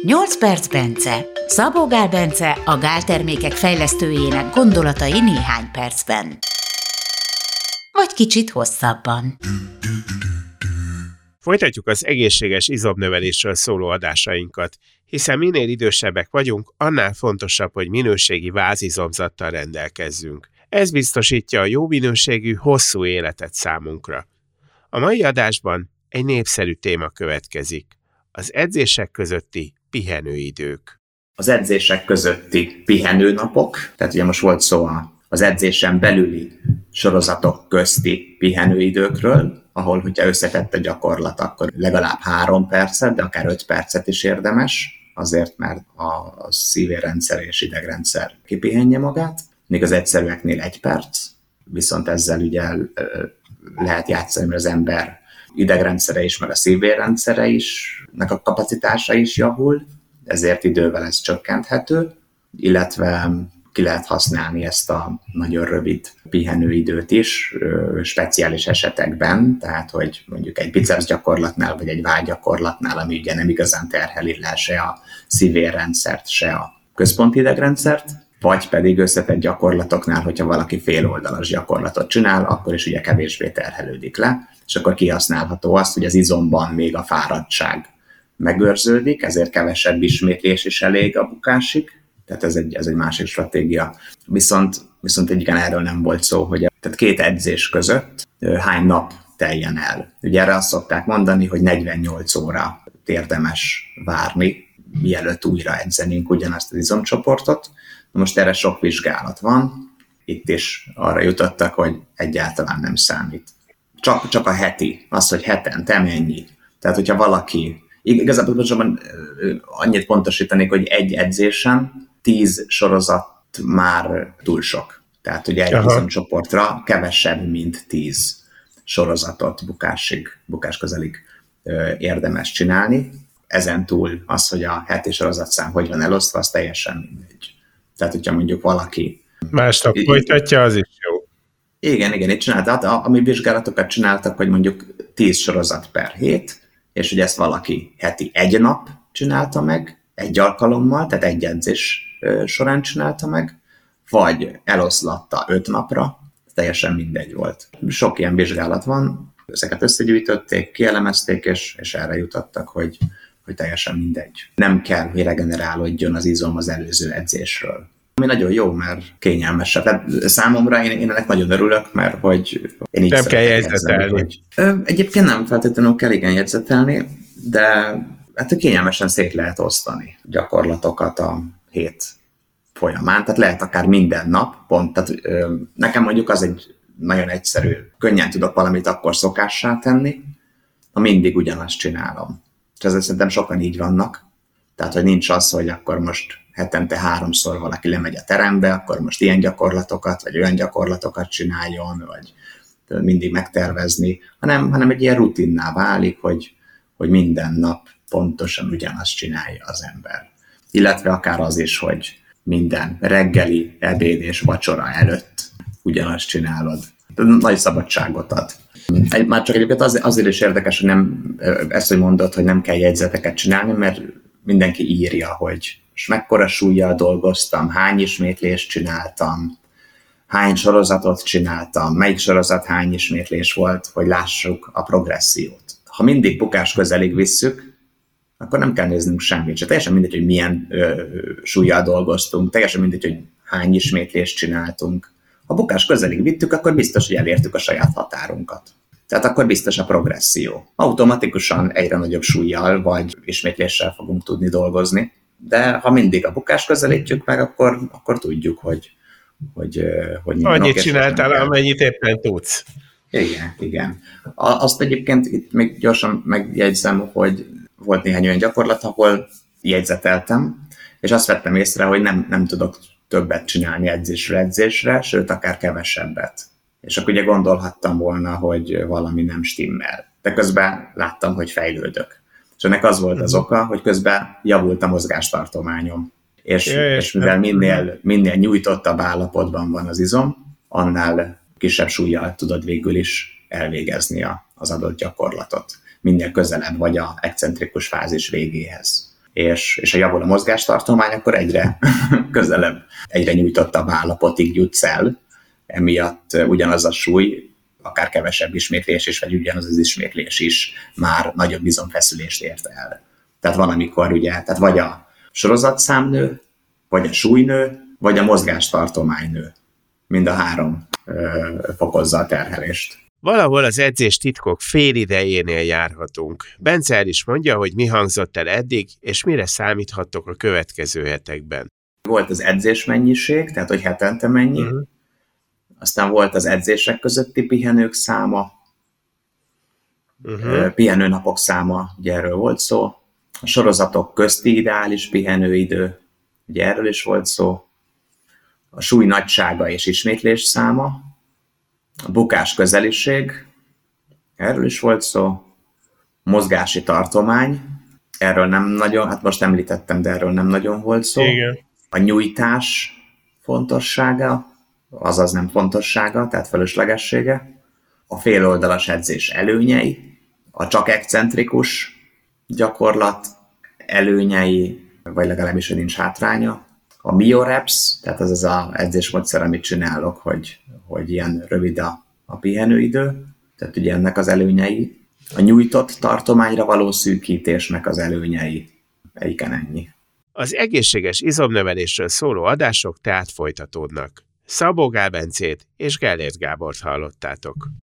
8 perc Bence. Szabó Gál Bence, a gáltermékek fejlesztőjének gondolatai néhány percben. Vagy kicsit hosszabban. Folytatjuk az egészséges izomnövelésről szóló adásainkat, hiszen minél idősebbek vagyunk, annál fontosabb, hogy minőségi vázizomzattal rendelkezzünk. Ez biztosítja a jó minőségű, hosszú életet számunkra. A mai adásban egy népszerű téma következik. Az edzések közötti pihenőidők. Az edzések közötti pihenőnapok, tehát ugye most volt szó az edzésen belüli sorozatok közti pihenőidőkről, ahol, hogyha összetett a gyakorlat, akkor legalább 3 percet, de akár 5 percet is érdemes, azért, mert a szívérrendszer és idegrendszer kipihenje magát, még az egyszerűeknél 1 perc, viszont ezzel ugye lehet játszani, mert az ember idegrendszere is, meg a szívérrendszere is, meg a kapacitása is javul, ezért idővel ez csökkenthető, illetve ki lehet használni ezt a nagyon rövid pihenőidőt is speciális esetekben, tehát hogy mondjuk egy biceps gyakorlatnál, vagy egy vállgyakorlatnál, ami ugye nem igazán terheli le se a szívérrendszert, se a központi idegrendszert, vagy pedig összetett gyakorlatoknál, hogyha valaki féloldalas gyakorlatot csinál, akkor is ugye kevésbé terhelődik le, és akkor kihasználható az, hogy az izomban még a fáradtság megőrződik, ezért kevesebb ismétlés is elég a bukásig, tehát ez egy másik stratégia. Viszont igen, erről nem volt szó, hogy tehát 2 edzés között hány nap teljen el. Ugye erre azt szokták mondani, hogy 48 óra érdemes várni, mielőtt újra edzenénk ugyanazt az izomcsoportot. Most erre sok vizsgálat van, itt is arra jutottak, hogy egyáltalán nem számít. Csak a heti, az, hogy hetente mennyi. Tehát, hogyha valaki, igazából annyit pontosítanék, hogy egy edzésen 10 sorozat már túl sok. Tehát ugye egy izomcsoportra kevesebb, mint 10 sorozatot bukás közelig érdemes csinálni. Ezen túl az, hogy a heti sorozatszám hogy van elosztva, az teljesen mindegy. Tehát, hogyha mondjuk valaki... Másnap folytatja, az is jó. Igen, itt csináltak, ami vizsgálatokat csináltak, hogy mondjuk 10 sorozat per hét, és hogy ezt valaki heti 1 nap csinálta meg, 1 alkalommal, tehát 1 edzés során csinálta meg, vagy eloszlatta 5 napra, teljesen mindegy volt. Sok ilyen vizsgálat van, ezeket összegyűjtötték, kielemezték, és erre jutottak, hogy teljesen mindegy. Nem kell, hogy regenerálódjon az izom az előző edzésről. Ami nagyon jó, mert kényelmesebb. Tehát számomra én ennek nagyon örülök, mert hogy én így nem kell jegyzetelni. Egyébként nem feltétlenül kell igen jegyzetelni, de hát kényelmesen szét lehet osztani gyakorlatokat a hét folyamán. Tehát lehet akár minden nap, tehát nekem mondjuk az egy nagyon egyszerű, könnyen tudok valamit akkor szokássá tenni, ha mindig ugyanazt csinálom. És ezzel szerintem sokan így vannak. Tehát, hogy nincs az, hogy akkor most hetente 3-szor valaki lemegy a terembe, akkor most ilyen gyakorlatokat, vagy olyan gyakorlatokat csináljon, vagy mindig megtervezni, hanem egy ilyen rutinná válik, hogy minden nap pontosan ugyanazt csinálja az ember. Illetve akár az is, hogy minden reggeli, ebéd és vacsora előtt ugyanazt csinálod. Nagy szabadságot ad. Már csak egyébként azért is érdekes, hogy nem, ezt, hogy mondod, hogy nem kell jegyzeteket csinálni, mert mindenki írja, hogy most mekkora súllyal dolgoztam, hány ismétlést csináltam, hány sorozatot csináltam, melyik sorozat hány ismétlés volt, hogy lássuk a progressziót. Ha mindig bukás közelig visszük, akkor nem kell néznünk semmit. Csak teljesen mindegy, hogy milyen súllyal dolgoztunk, teljesen mindegy, hogy hány ismétlést csináltunk. Ha bukás közelig vittük, akkor biztos, hogy elértük a saját határunkat. Tehát akkor biztos a progresszió. Automatikusan egyre nagyobb súllyal vagy ismétléssel fogunk tudni dolgozni, de ha mindig a bukás közelítjük meg, akkor tudjuk, hogy annyit csináltál, amennyit éppen tudsz. Igen. Azt egyébként itt még gyorsan megjegyzem, hogy volt néhány olyan gyakorlat, ahol jegyzeteltem, és azt vettem észre, hogy nem tudok többet csinálni edzésre, sőt, akár kevesebbet. És akkor ugye gondolhattam volna, hogy valami nem stimmel. De közben láttam, hogy fejlődök. És ennek az volt az oka, hogy közben javult a mozgástartományom. És mivel minél nyújtottabb állapotban van az izom, annál kisebb súllyal tudod végül is elvégezni az adott gyakorlatot. Minél közelebb vagy a excentrikus fázis végéhez. és ha javul a mozgástartomány, akkor egyre közelebb, egyre nyújtottabb állapotig jutsz el. Emiatt ugyanaz a súly, akár kevesebb ismétlés is, vagy ugyanaz az ismétlés is már nagyobb izomfeszülést ért el. Tehát van, amikor ugye, tehát vagy a sorozatszám nő, vagy a súly nő, vagy a mozgástartomány nő. Mind a három fokozza a terhelést. Valahol az edzés titkok fél idejénél járhatunk. Bence el is mondja, hogy mi hangzott el eddig, és mire számíthattok a következő hetekben. Volt az edzésmennyiség, tehát hogy hetente mennyi. Aztán volt az edzések közötti pihenők száma, pihenőnapok száma, ugye erről volt szó. A sorozatok közti ideális pihenőidő, ugye erről is volt szó. A súly nagysága és ismétlés száma, a bukás közeliség, erről is volt szó. Mozgási tartomány, erről nem nagyon, hát most említettem, de erről nem nagyon volt szó. Igen. A nyújtás fontossága, azaz nem fontossága, tehát fölöslegessége. A féloldalas edzés előnyei, a csak excentrikus gyakorlat előnyei, vagy legalábbis, hogy nincs hátránya. A myoreps, tehát az az edzésmódszer, amit csinálok, hogy ilyen rövid a pihenőidő, tehát ugye ennek az előnyei. A nyújtott tartományra való szűkítésnek az előnyei. Egyiken ennyi. Az egészséges izomnövelésről szóló adások tehát folytatódnak. Szabó Gál Bencét és Gellért Gábort hallottátok.